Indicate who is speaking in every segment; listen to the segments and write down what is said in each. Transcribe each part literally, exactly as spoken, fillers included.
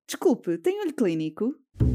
Speaker 1: Desculpe, tem olho clínico?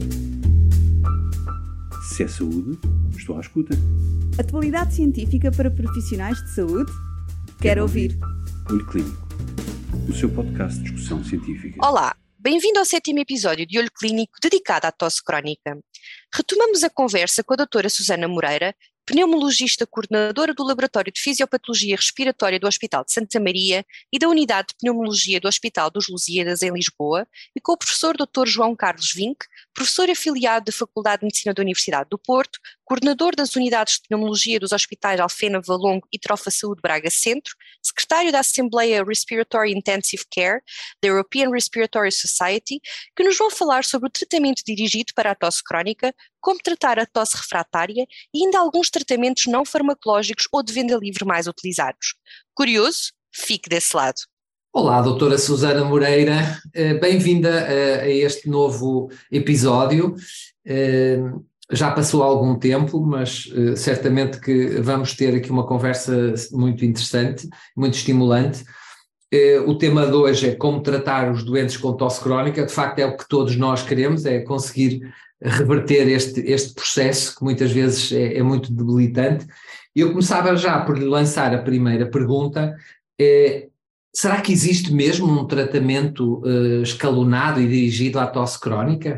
Speaker 2: Se é saúde, estou à escuta.
Speaker 1: Atualidade científica para profissionais de saúde? Quero, Quero ouvir.
Speaker 2: ouvir. Olho Clínico, o seu podcast de discussão científica.
Speaker 3: Olá, bem-vindo ao sétimo episódio de Olho Clínico dedicado à tosse crónica. Retomamos a conversa com a doutora Susana Moreira, pneumologista coordenadora do Laboratório de Fisiopatologia Respiratória do Hospital de Santa Maria e da Unidade de Pneumologia do Hospital dos Lusíadas em Lisboa, e com o professor doutor João Carlos Vinck, professor afiliado da Faculdade de Medicina da Universidade do Porto, coordenador das Unidades de Pneumologia dos Hospitais Alfena, Valongo e Trofa Saúde Braga Centro, secretário da Assembleia Respiratory Intensive Care da European Respiratory Society, que nos vão falar sobre o tratamento dirigido para a tosse crónica, como tratar a tosse refratária e ainda alguns tratamentos não farmacológicos ou de venda livre mais utilizados. Curioso? Fique desse lado.
Speaker 4: Olá, doutora Susana Moreira, bem-vinda a este novo episódio. Já passou algum tempo, mas certamente que vamos ter aqui uma conversa muito interessante, muito estimulante. O tema de hoje é como tratar os doentes com tosse crónica. De facto é o que todos nós queremos, é conseguir reverter este, este processo que muitas vezes é, é muito debilitante. Eu começava já por lhe lançar a primeira pergunta. É, será que existe mesmo um tratamento uh, escalonado e dirigido à tosse crónica?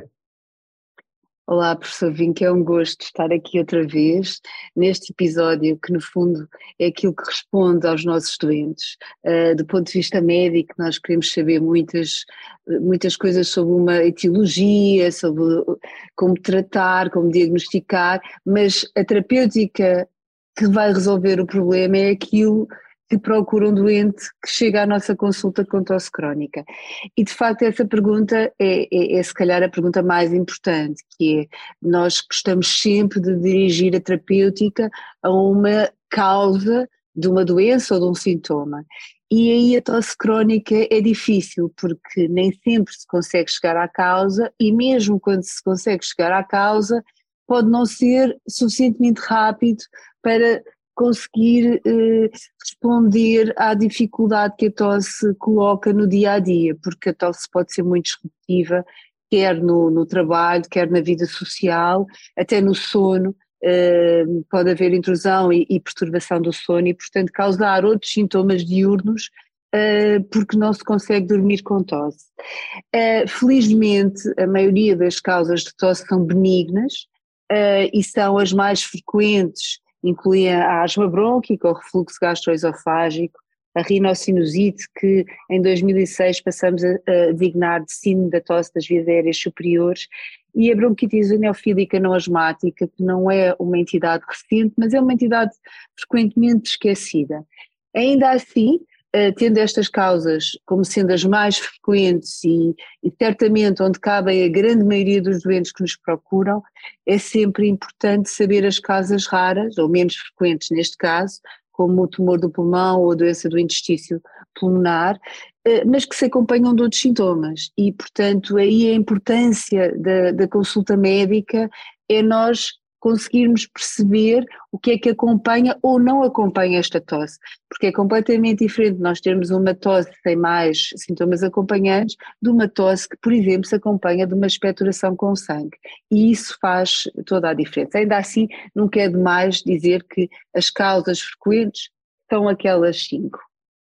Speaker 5: Olá, professor Vinck, é um gosto estar aqui outra vez neste episódio que no fundo é aquilo que responde aos nossos doentes. Uh, do ponto de vista médico, nós queremos saber muitas, muitas coisas sobre uma etiologia, sobre como tratar, como diagnosticar, mas a terapêutica que vai resolver o problema é aquilo que procura um doente que chega à nossa consulta com tosse crónica. E de facto essa pergunta é, é, é se calhar a pergunta mais importante, que é, nós gostamos sempre de dirigir a terapêutica a uma causa de uma doença ou de um sintoma. E aí a tosse crónica é difícil, porque nem sempre se consegue chegar à causa, e mesmo quando se consegue chegar à causa, pode não ser suficientemente rápido para conseguir eh, responder à dificuldade que a tosse coloca no dia a dia, porque a tosse pode ser muito disruptiva, quer no, no trabalho, quer na vida social, até no sono, eh, pode haver intrusão e, e perturbação do sono e, portanto, causar outros sintomas diurnos eh, porque não se consegue dormir com tosse. Eh, felizmente, a maioria das causas de tosse são benignas eh, e são as mais frequentes. Incluem a asma brônquica, o refluxo gastroesofágico, a rinocinusite, que em dois mil e seis passamos a, a designar de síndrome da tosse das vias aéreas superiores, e a bronquite eosinofílica não asmática, que não é uma entidade recente, mas é uma entidade frequentemente esquecida. Ainda assim, tendo estas causas como sendo as mais frequentes e, e certamente onde cabem a grande maioria dos doentes que nos procuram, é sempre importante saber as causas raras, ou menos frequentes neste caso, como o tumor do pulmão ou a doença do interstício pulmonar, mas que se acompanham de outros sintomas. E, portanto, aí a importância da, da consulta médica é nós conseguirmos perceber o que é que acompanha ou não acompanha esta tosse, porque é completamente diferente nós termos uma tosse sem mais sintomas acompanhantes de uma tosse que, por exemplo, se acompanha de uma expectoração com sangue, e isso faz toda a diferença. Ainda assim, nunca é demais dizer que as causas frequentes são aquelas cinco.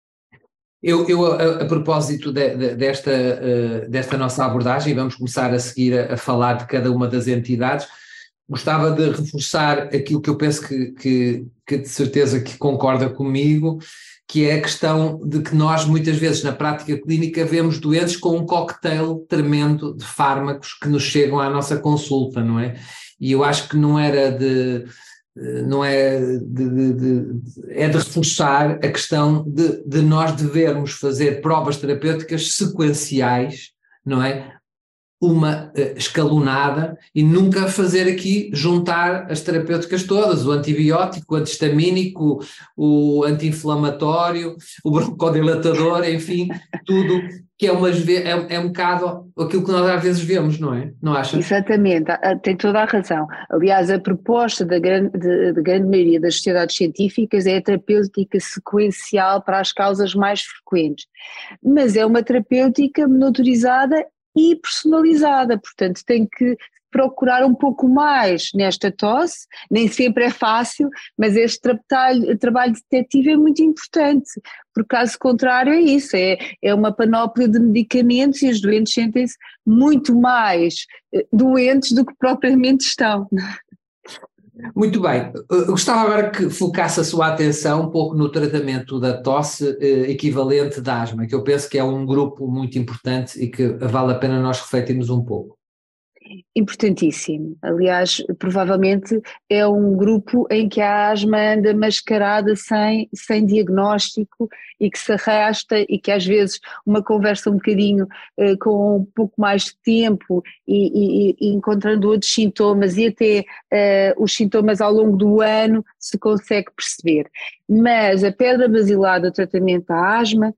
Speaker 4: Eu, eu a, a propósito de, de, desta, uh, desta nossa abordagem, vamos começar a seguir a, a falar de cada uma das entidades. Gostava de reforçar aquilo que eu penso que, que, que de certeza que concorda comigo, que é a questão de que nós muitas vezes na prática clínica vemos doentes com um cocktail tremendo de fármacos que nos chegam à nossa consulta, não é? E eu acho que não era de, não é de, de, de, é de reforçar a questão de, de nós devermos fazer provas terapêuticas sequenciais, não é? Uma uh, escalonada, e nunca fazer aqui, juntar as terapêuticas todas, o antibiótico, o antihistamínico, o anti-inflamatório, o broncodilatador, enfim, tudo que é, umas, é, é um bocado aquilo que nós às vezes vemos, não é? Não acha?
Speaker 5: Exatamente, tem toda a razão. Aliás, a proposta da grande, de, de grande maioria das sociedades científicas é a terapêutica sequencial para as causas mais frequentes, mas é uma terapêutica monitorizada e personalizada, portanto tem que procurar um pouco mais nesta tosse, nem sempre é fácil, mas este trabalho, trabalho detetivo é muito importante, porque caso contrário é isso, é, é uma panóplia de medicamentos e os doentes sentem-se muito mais doentes do que propriamente estão.
Speaker 4: Muito bem, eu gostava agora que focasse a sua atenção um pouco no tratamento da tosse eh, equivalente da asma, que eu penso que é um grupo muito importante e que vale a pena nós refletirmos um pouco.
Speaker 5: Importantíssimo, aliás, provavelmente é um grupo em que a asma anda mascarada sem, sem diagnóstico e que se arrasta e que às vezes uma conversa um bocadinho eh, com um pouco mais de tempo e, e, e encontrando outros sintomas e até eh, os sintomas ao longo do ano se consegue perceber, mas a pedra basilar do tratamento da asma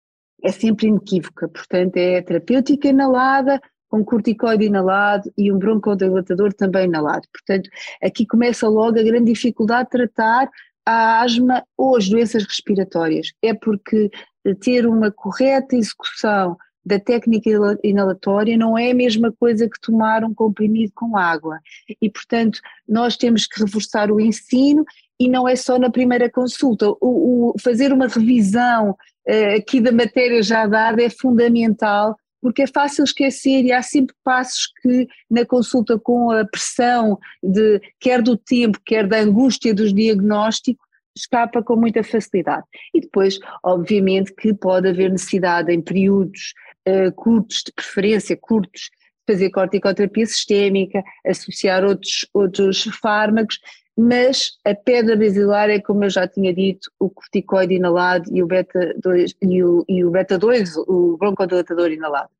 Speaker 5: é sempre inequívoca, portanto é terapêutica inalada, com corticoide inalado e um broncodilatador também inalado. Portanto, aqui começa logo a grande dificuldade de tratar a asma ou as doenças respiratórias. É porque ter uma correta execução da técnica inalatória não é a mesma coisa que tomar um comprimido com água. E, portanto, nós temos que reforçar o ensino e não é só na primeira consulta. O, o fazer uma revisão uh, aqui da matéria já dada é fundamental, porque é fácil esquecer e há sempre passos que na consulta com a pressão de, quer do tempo, quer da angústia dos diagnósticos, escapa com muita facilidade. E depois, obviamente, que pode haver necessidade em períodos uh, curtos, de preferência curtos, de fazer corticoterapia sistémica, associar outros, outros fármacos, mas a pedra basilar é, como eu já tinha dito, o corticoide inalado e o beta dois, e o, e o beta dois, o broncodilatador inalado.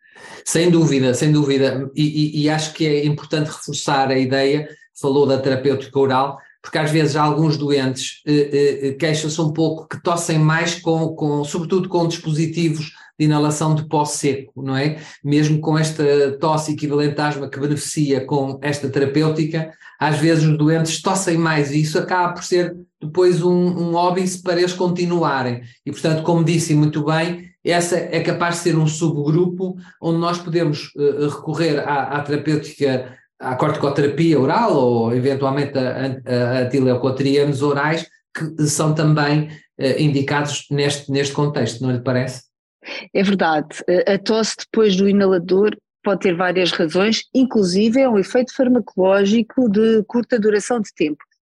Speaker 4: Sem dúvida, sem dúvida, e, e, e acho que é importante reforçar a ideia, falou da terapêutica oral, porque às vezes alguns doentes eh, eh, queixam-se um pouco que tossem mais com, com, sobretudo com dispositivos de inalação de pó seco, não é? Mesmo com esta tosse equivalente à asma que beneficia com esta terapêutica, às vezes os doentes tossem mais e isso acaba por ser depois um, um óbice para eles continuarem. E portanto, como disse muito bem, essa é capaz de ser um subgrupo onde nós podemos uh, recorrer à, à terapêutica, à corticoterapia oral ou eventualmente a, a, a tileucotrienos orais, que são também uh, indicados neste, neste contexto, não lhe parece?
Speaker 5: É verdade, a tosse depois do inalador pode ter várias razões, inclusive é um efeito farmacológico de curta duração de tempo,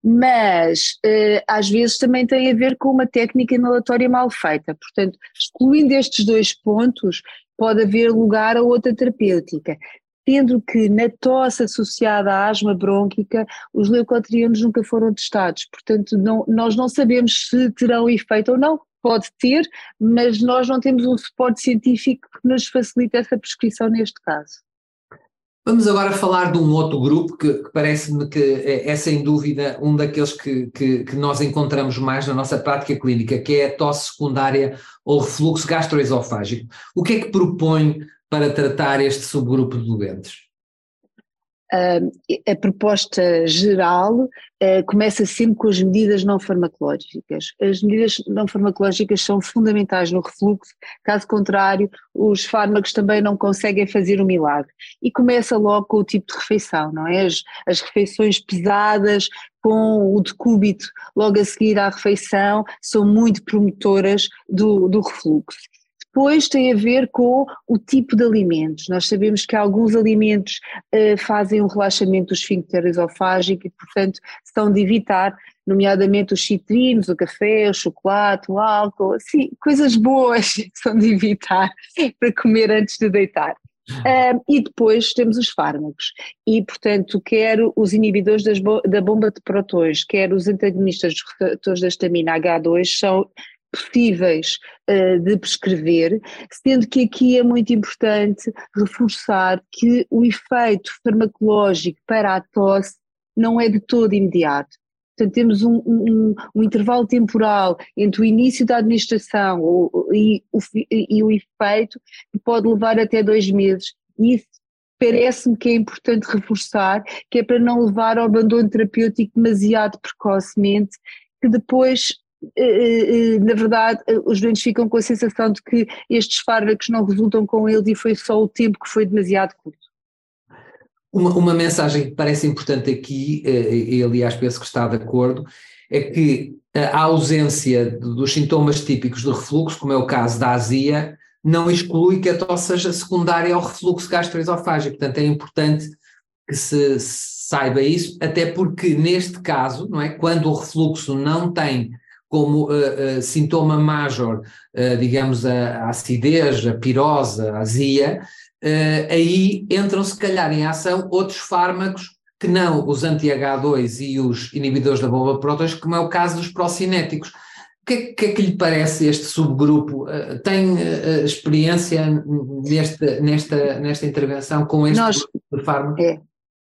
Speaker 5: mas às vezes também tem a ver com uma técnica inalatória mal feita, portanto, excluindo estes dois pontos, pode haver lugar a outra terapêutica. Sendo que na tosse associada à asma brônquica, os leucotrienos nunca foram testados, portanto não, nós não sabemos se terão efeito ou não. Pode ter, mas nós não temos um suporte científico que nos facilite essa prescrição neste caso.
Speaker 4: Vamos agora falar de um outro grupo que, que parece-me que é, é sem dúvida um daqueles que, que, que nós encontramos mais na nossa prática clínica, que é a tosse secundária ou refluxo gastroesofágico. O que é que propõe para tratar este subgrupo de doentes?
Speaker 5: Uh, a proposta geral uh, começa sempre com as medidas não farmacológicas. As medidas não farmacológicas são fundamentais no refluxo, caso contrário os fármacos também não conseguem fazer o milagre. E começa logo com o tipo de refeição, não é? As, as refeições pesadas com o decúbito logo a seguir à refeição são muito promotoras do, do refluxo. Depois tem a ver com o tipo de alimentos. Nós sabemos que alguns alimentos uh, fazem um relaxamento do esfíncter esofágico e, portanto, são de evitar, nomeadamente os citrinos, o café, o chocolate, o álcool, assim, coisas boas são de evitar para comer antes de deitar. Uh, e depois temos os fármacos e, portanto, quer os inibidores das bo- da bomba de prótons, quer os antagonistas dos receptores da histamina agá dois são possíveis uh, de prescrever, sendo que aqui é muito importante reforçar que o efeito farmacológico para a tosse não é de todo imediato. Portanto, temos um, um, um intervalo temporal entre o início da administração o, e, o, e o efeito que pode levar até dois meses. E isso parece-me que é importante reforçar, que é para não levar ao abandono terapêutico demasiado precocemente, que depois na verdade, os doentes ficam com a sensação de que estes fármacos não resultam com eles e foi só o tempo que foi demasiado curto.
Speaker 4: Uma, uma mensagem que parece importante aqui, e aliás penso que está de acordo, é que a ausência dos sintomas típicos do refluxo, como é o caso da azia, não exclui que a tosse seja secundária ao refluxo gastroesofágico. Portanto, é importante que se saiba isso, até porque neste caso, não é, quando o refluxo não tem como uh, uh, sintoma major, uh, digamos, a, a acidez, a pirose, a azia, uh, aí entram se calhar em ação outros fármacos que não os anti-agá dois e os inibidores da bomba prótons, como é o caso dos procinéticos. O que é que, é que lhe parece este subgrupo? Uh, tem uh, experiência nesta, nesta, nesta intervenção com este
Speaker 5: Nós,
Speaker 4: grupo de fármacos?
Speaker 5: É.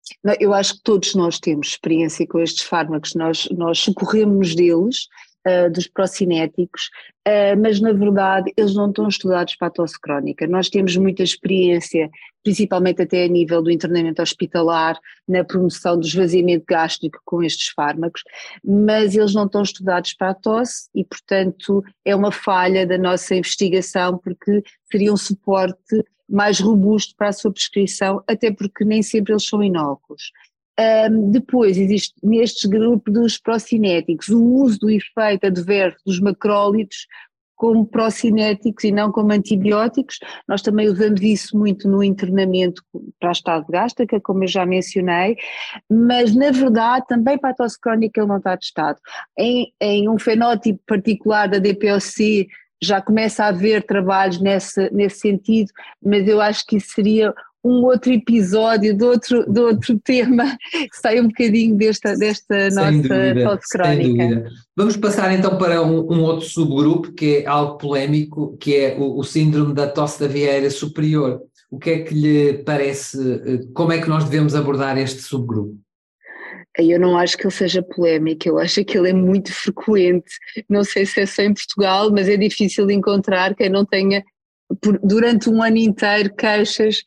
Speaker 5: Eu acho que todos nós temos experiência com estes fármacos, nós, nós socorremos deles, uh, dos procinéticos, uh, mas na verdade eles não estão estudados para a tosse crónica. Nós temos muita experiência, principalmente até a nível do internamento hospitalar, na promoção do esvaziamento gástrico com estes fármacos, mas eles não estão estudados para a tosse e, portanto, é uma falha da nossa investigação, porque seria um suporte mais robusto para a sua prescrição, até porque nem sempre eles são inócuos. Um, depois existe neste grupo dos procinéticos o uso do efeito adverso dos macrólidos como procinéticos e não como antibióticos. Nós também usamos isso muito no internamento para a estase gástrica, como eu já mencionei, mas na verdade também para a tosse crónica ele não está testado. Em, em um fenótipo particular da D P O C já começa a haver trabalhos nesse, nesse sentido, mas eu acho que isso seria um outro episódio de outro, de outro tema que sai um bocadinho desta, desta nossa tosse crónica.
Speaker 4: Sem dúvida. Vamos passar então para um, um outro subgrupo que é algo polémico, que é o, o síndrome da tosse da via aérea superior. O que é que lhe parece, como é que nós devemos abordar este subgrupo?
Speaker 5: Eu não acho que ele seja polémico, eu acho que ele é muito frequente, não sei se é só em Portugal, mas é difícil de encontrar quem não tenha por, durante um ano inteiro queixas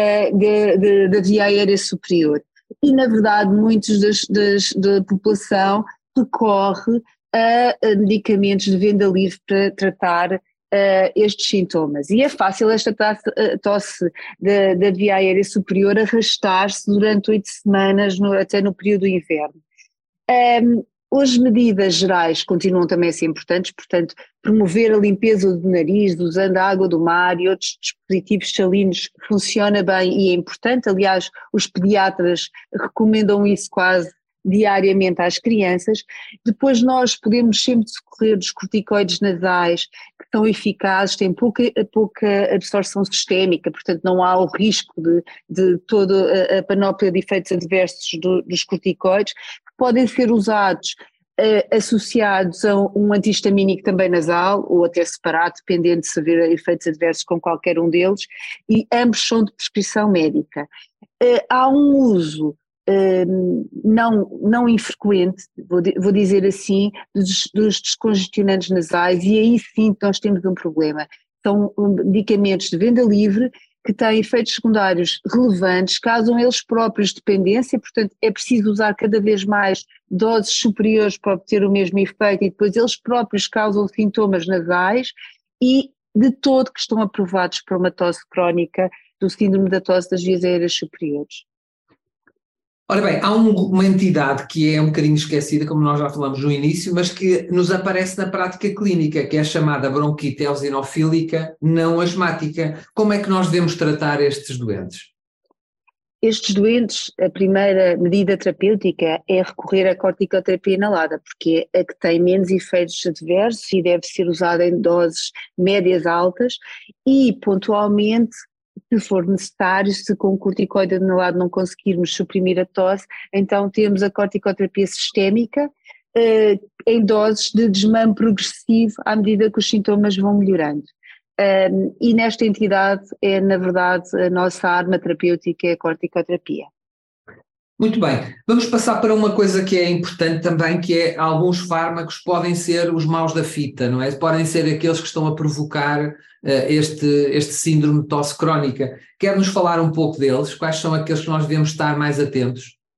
Speaker 5: uh, da via aérea superior. E na verdade muitos das, das, da população recorre a, a medicamentos de venda livre para tratar Uh, estes sintomas, e é fácil esta tosse, uh, tosse da, da via aérea superior arrastar-se durante oito semanas, no, até no período do inverno. Um, as medidas gerais continuam também a ser importantes, portanto, promover a limpeza do nariz, usando a água do mar e outros dispositivos salinos funciona bem e é importante. Aliás, os pediatras recomendam isso quase diariamente às crianças. Depois nós podemos sempre socorrer dos corticoides nasais, que são eficazes, têm pouca, pouca absorção sistémica, portanto não há o risco de, de toda a, a panóplia de efeitos adversos do, dos corticoides, que podem ser usados uh, associados a um antihistamínico também nasal, ou até separado, dependendo de se haver efeitos adversos com qualquer um deles, e ambos são de prescrição médica. Uh, há um uso Uh, não, não infrequente, vou, vou dizer assim, dos, dos descongestionantes nasais, e aí sim nós temos um problema. São medicamentos de venda livre que têm efeitos secundários relevantes, causam eles próprios dependência, portanto é preciso usar cada vez mais doses superiores para obter o mesmo efeito, e depois eles próprios causam sintomas nasais e de todo que estão aprovados para uma tosse crónica do síndrome da tosse das vias aéreas superiores.
Speaker 4: Ora bem, há um, uma entidade que é um bocadinho esquecida, como nós já falamos no início, mas que nos aparece na prática clínica, que é a chamada bronquite eosinofílica não asmática. Como é que nós devemos tratar estes doentes?
Speaker 5: Estes doentes, a primeira medida terapêutica é recorrer à corticoterapia inalada, porque é a que tem menos efeitos adversos e deve ser usada em doses médias altas e, pontualmente, se for necessário, se com o corticoide inalado não conseguirmos suprimir a tosse, então temos a corticoterapia sistémica eh, em doses de desmame progressivo à medida que os sintomas vão melhorando. Um, e nesta entidade é, na verdade, a nossa arma terapêutica é a corticoterapia.
Speaker 4: Muito bem, vamos passar para uma coisa que é importante também, que é alguns fármacos podem ser os maus da fita, não é? Podem ser aqueles que estão a provocar uh, este, este síndrome de tosse crónica. Quer-nos falar um pouco deles? Quais são aqueles que nós devemos estar mais atentos?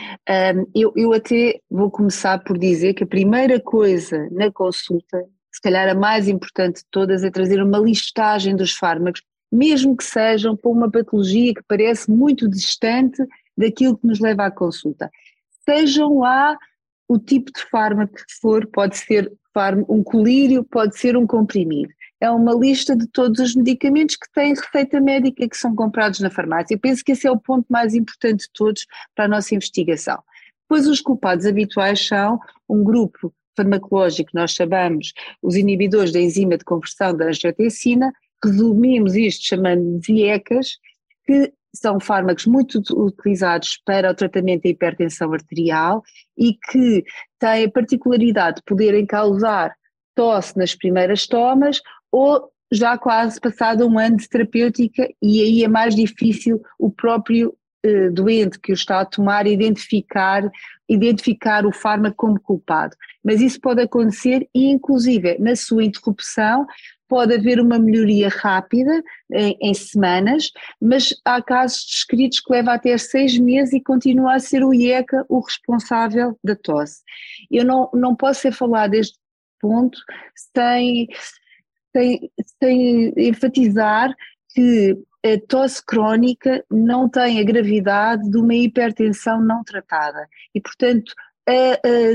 Speaker 5: Um, eu, eu até vou começar por dizer que a primeira coisa na consulta, se calhar a mais importante de todas, é trazer uma listagem dos fármacos, mesmo que sejam para uma patologia que parece muito distante daquilo que nos leva à consulta. Sejam lá o tipo de fármaco que for, pode ser um colírio, pode ser um comprimido. É uma lista de todos os medicamentos que têm receita médica que são comprados na farmácia. Eu penso que esse é o ponto mais importante de todos para a nossa investigação. Depois os culpados habituais são um grupo farmacológico, nós chamamos os inibidores da enzima de conversão da angiotensina, resumimos isto chamando de I E C As, que são fármacos muito utilizados para o tratamento da hipertensão arterial e que têm a particularidade de poderem causar tosse nas primeiras tomas ou já quase passado um ano de terapêutica, e aí é mais difícil o próprio eh, doente que o está a tomar identificar, identificar o fármaco como culpado. Mas isso pode acontecer e inclusive na sua interrupção pode haver uma melhoria rápida em, em semanas, mas há casos descritos que leva até seis meses e continua a ser o I E C A o responsável da tosse. Eu não, não posso ser falar deste ponto sem, sem, sem enfatizar que a tosse crónica não tem a gravidade de uma hipertensão não tratada e, portanto, a, a,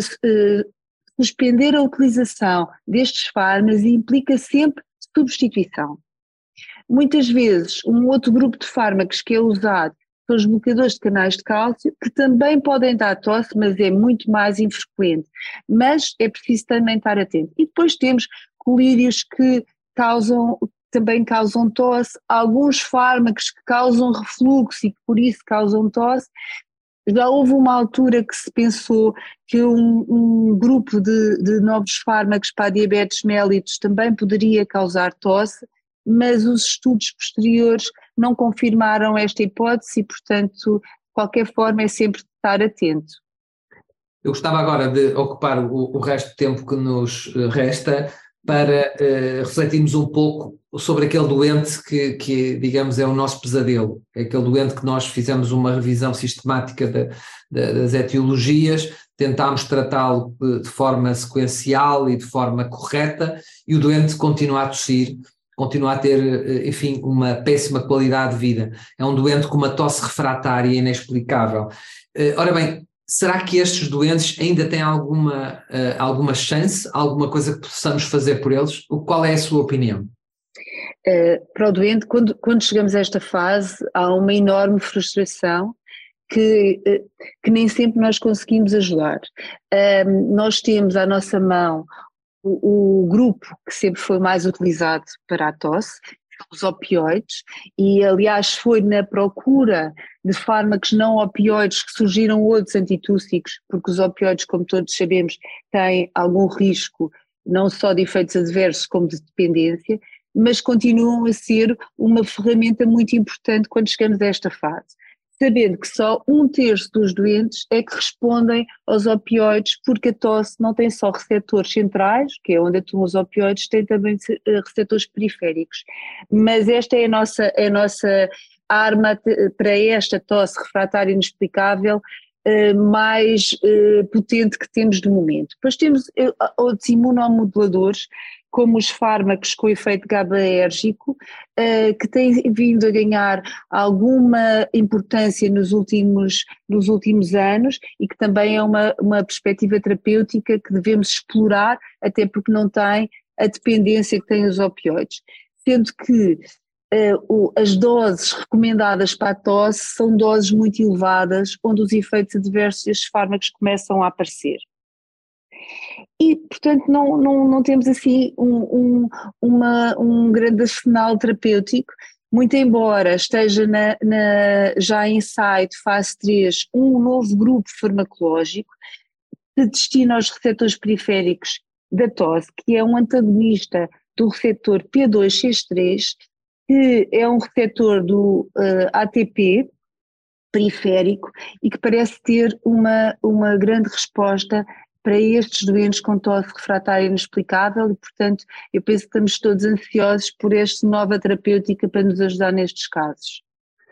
Speaker 5: a suspender a utilização destes fármacos implica sempre substituição. Muitas vezes um outro grupo de fármacos que é usado são os bloqueadores de canais de cálcio, que também podem dar tosse, mas é muito mais infrequente, mas é preciso também estar atento. E depois temos colírios que causam, também causam tosse, alguns fármacos que causam refluxo e que por isso causam tosse. Já houve uma altura que se pensou que um, um grupo de, de novos fármacos para a diabetes mellitus também poderia causar tosse, mas os estudos posteriores não confirmaram esta hipótese e, portanto, de qualquer forma é sempre estar atento.
Speaker 4: Eu gostava agora de ocupar o, o resto do tempo que nos resta para uh, refletirmos um pouco sobre aquele doente que, que, digamos, é o nosso pesadelo, é aquele doente que nós fizemos uma revisão sistemática de, de, das etiologias, tentámos tratá-lo de forma sequencial e de forma correta, e o doente continua a tossir, continua a ter, enfim, uma péssima qualidade de vida. É um doente com uma tosse refratária inexplicável. Uh, ora bem, será que estes doentes ainda têm alguma, uh, alguma chance, alguma coisa que possamos fazer por eles? Qual é a sua opinião?
Speaker 5: Uh, para o doente, quando, quando chegamos a esta fase, há uma enorme frustração que, uh, que nem sempre nós conseguimos ajudar. Uh, nós temos à nossa mão o, o grupo que sempre foi mais utilizado para a tosse, os opioides, e aliás foi na procura de fármacos não opioides que surgiram outros antitússicos, porque os opioides, como todos sabemos, têm algum risco não só de efeitos adversos como de dependência, mas continuam a ser uma ferramenta muito importante quando chegamos a esta fase, sabendo que só um terço dos doentes é que respondem aos opioides, porque a tosse não tem só receptores centrais, que é onde atuam os opioides, tem também receptores periféricos, mas esta é a nossa, é a nossa arma para esta tosse refratária inexplicável mais potente que temos de momento. Depois temos outros imunomoduladores, como os fármacos com efeito GABAérgico, que têm vindo a ganhar alguma importância nos últimos, nos últimos anos e que também é uma, uma perspectiva terapêutica que devemos explorar, até porque não tem a dependência que têm os opioides. Sendo que uh, as doses recomendadas para a tosse são doses muito elevadas, onde os efeitos adversos destes fármacos começam a aparecer. E, portanto, não, não, não temos assim um, um, uma, um grande arsenal terapêutico, muito embora esteja na, na, já em site, fase três, um novo grupo farmacológico que destina aos receptores periféricos da tosse, que é um antagonista do receptor P dois X três, que é um receptor do uh, A T P periférico e que parece ter uma, uma grande resposta para estes doentes com tosse refratária inexplicável e, portanto, eu penso que estamos todos ansiosos por esta nova terapêutica para nos ajudar nestes casos.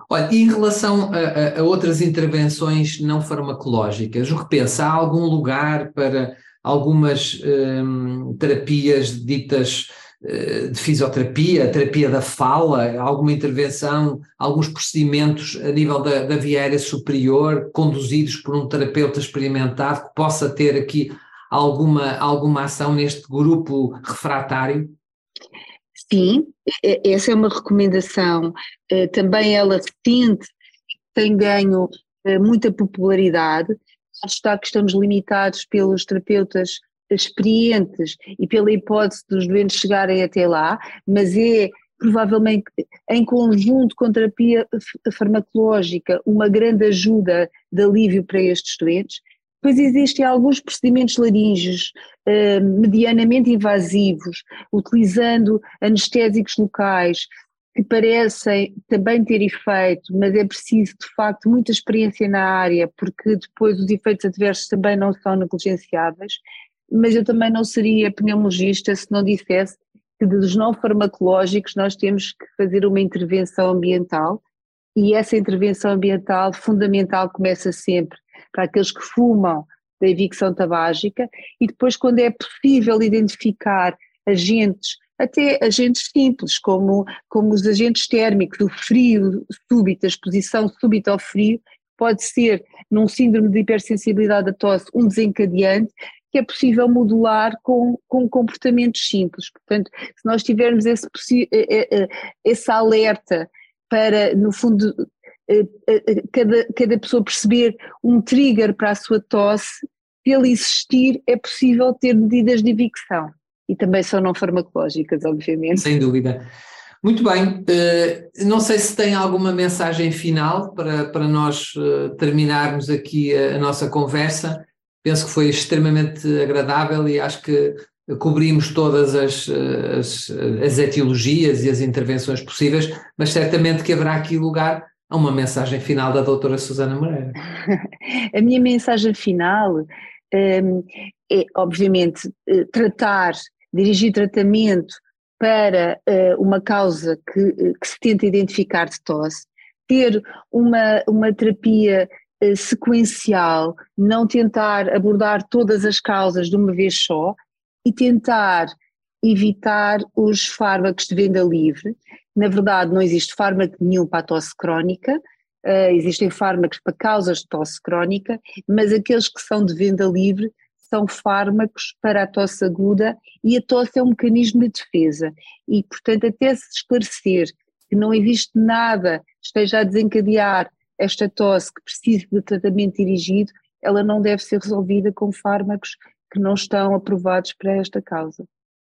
Speaker 4: Olha, e em relação a, a, a outras intervenções não farmacológicas, o que pensa? Há algum lugar para algumas hum, terapias ditas uh, de fisioterapia, terapia da fala, alguma intervenção, alguns procedimentos a nível da, da via aérea superior, conduzidos por um terapeuta experimentado, que possa ter aqui alguma, alguma ação neste grupo refratário?
Speaker 5: Sim, essa é uma recomendação, também ela recente, tem ganho muita popularidade. Está que estamos limitados pelos terapeutas experientes e pela hipótese dos doentes chegarem até lá, mas é provavelmente em conjunto com terapia farmacológica uma grande ajuda de alívio para estes doentes. Depois existem alguns procedimentos laríngeos eh, medianamente invasivos, utilizando anestésicos locais, que parecem também ter efeito, mas é preciso de facto muita experiência na área, porque depois os efeitos adversos também não são negligenciáveis, mas eu também não seria pneumologista se não dissesse que dos não farmacológicos nós temos que fazer uma intervenção ambiental, e essa intervenção ambiental fundamental começa sempre para aqueles que fumam da evicção tabágica, e depois quando é possível identificar agentes, até agentes simples, como, como os agentes térmicos, o frio súbito, a exposição súbita ao frio, pode ser, num síndrome de hipersensibilidade à tosse, um desencadeante que é possível modular com, com comportamentos simples. Portanto, se nós tivermos esse, esse alerta para, no fundo, Cada, cada pessoa perceber um trigger para a sua tosse, se ele existir, é possível ter medidas de evicção. E também são não farmacológicas, obviamente.
Speaker 4: Sem dúvida. Muito bem. Uh, não sei se tem alguma mensagem final para, para nós uh, terminarmos aqui a, a nossa conversa. Penso que foi extremamente agradável e acho que cobrimos todas as, as, as etiologias e as intervenções possíveis, mas certamente que haverá aqui lugar a uma mensagem final da doutora Susana Moreira.
Speaker 5: A minha mensagem final um, é, obviamente, tratar, dirigir tratamento para uh, uma causa que, que se tenta identificar de tosse, ter uma, uma terapia uh, sequencial, não tentar abordar todas as causas de uma vez só e tentar evitar os fármacos de venda livre. Na verdade, não existe fármaco nenhum para a tosse crónica, uh, existem fármacos para causas de tosse crónica, mas aqueles que são de venda livre são fármacos para a tosse aguda, e a tosse é um mecanismo de defesa. E, portanto, até se esclarecer que não existe nada que esteja a desencadear esta tosse que precise de tratamento dirigido, ela não deve ser resolvida com fármacos que não estão aprovados para esta causa.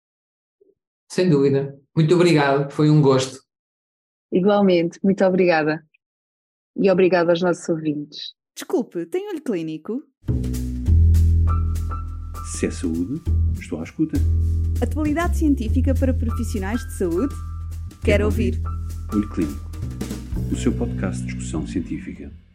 Speaker 4: Sem dúvida. Muito obrigado, foi um gosto.
Speaker 5: Igualmente, muito obrigada. E obrigada aos nossos ouvintes.
Speaker 1: Desculpe, tem olho clínico?
Speaker 2: Se é saúde, estou à escuta.
Speaker 1: Atualidade científica para profissionais de saúde? Quero ouvir.
Speaker 2: Olho Clínico, o seu podcast de discussão científica.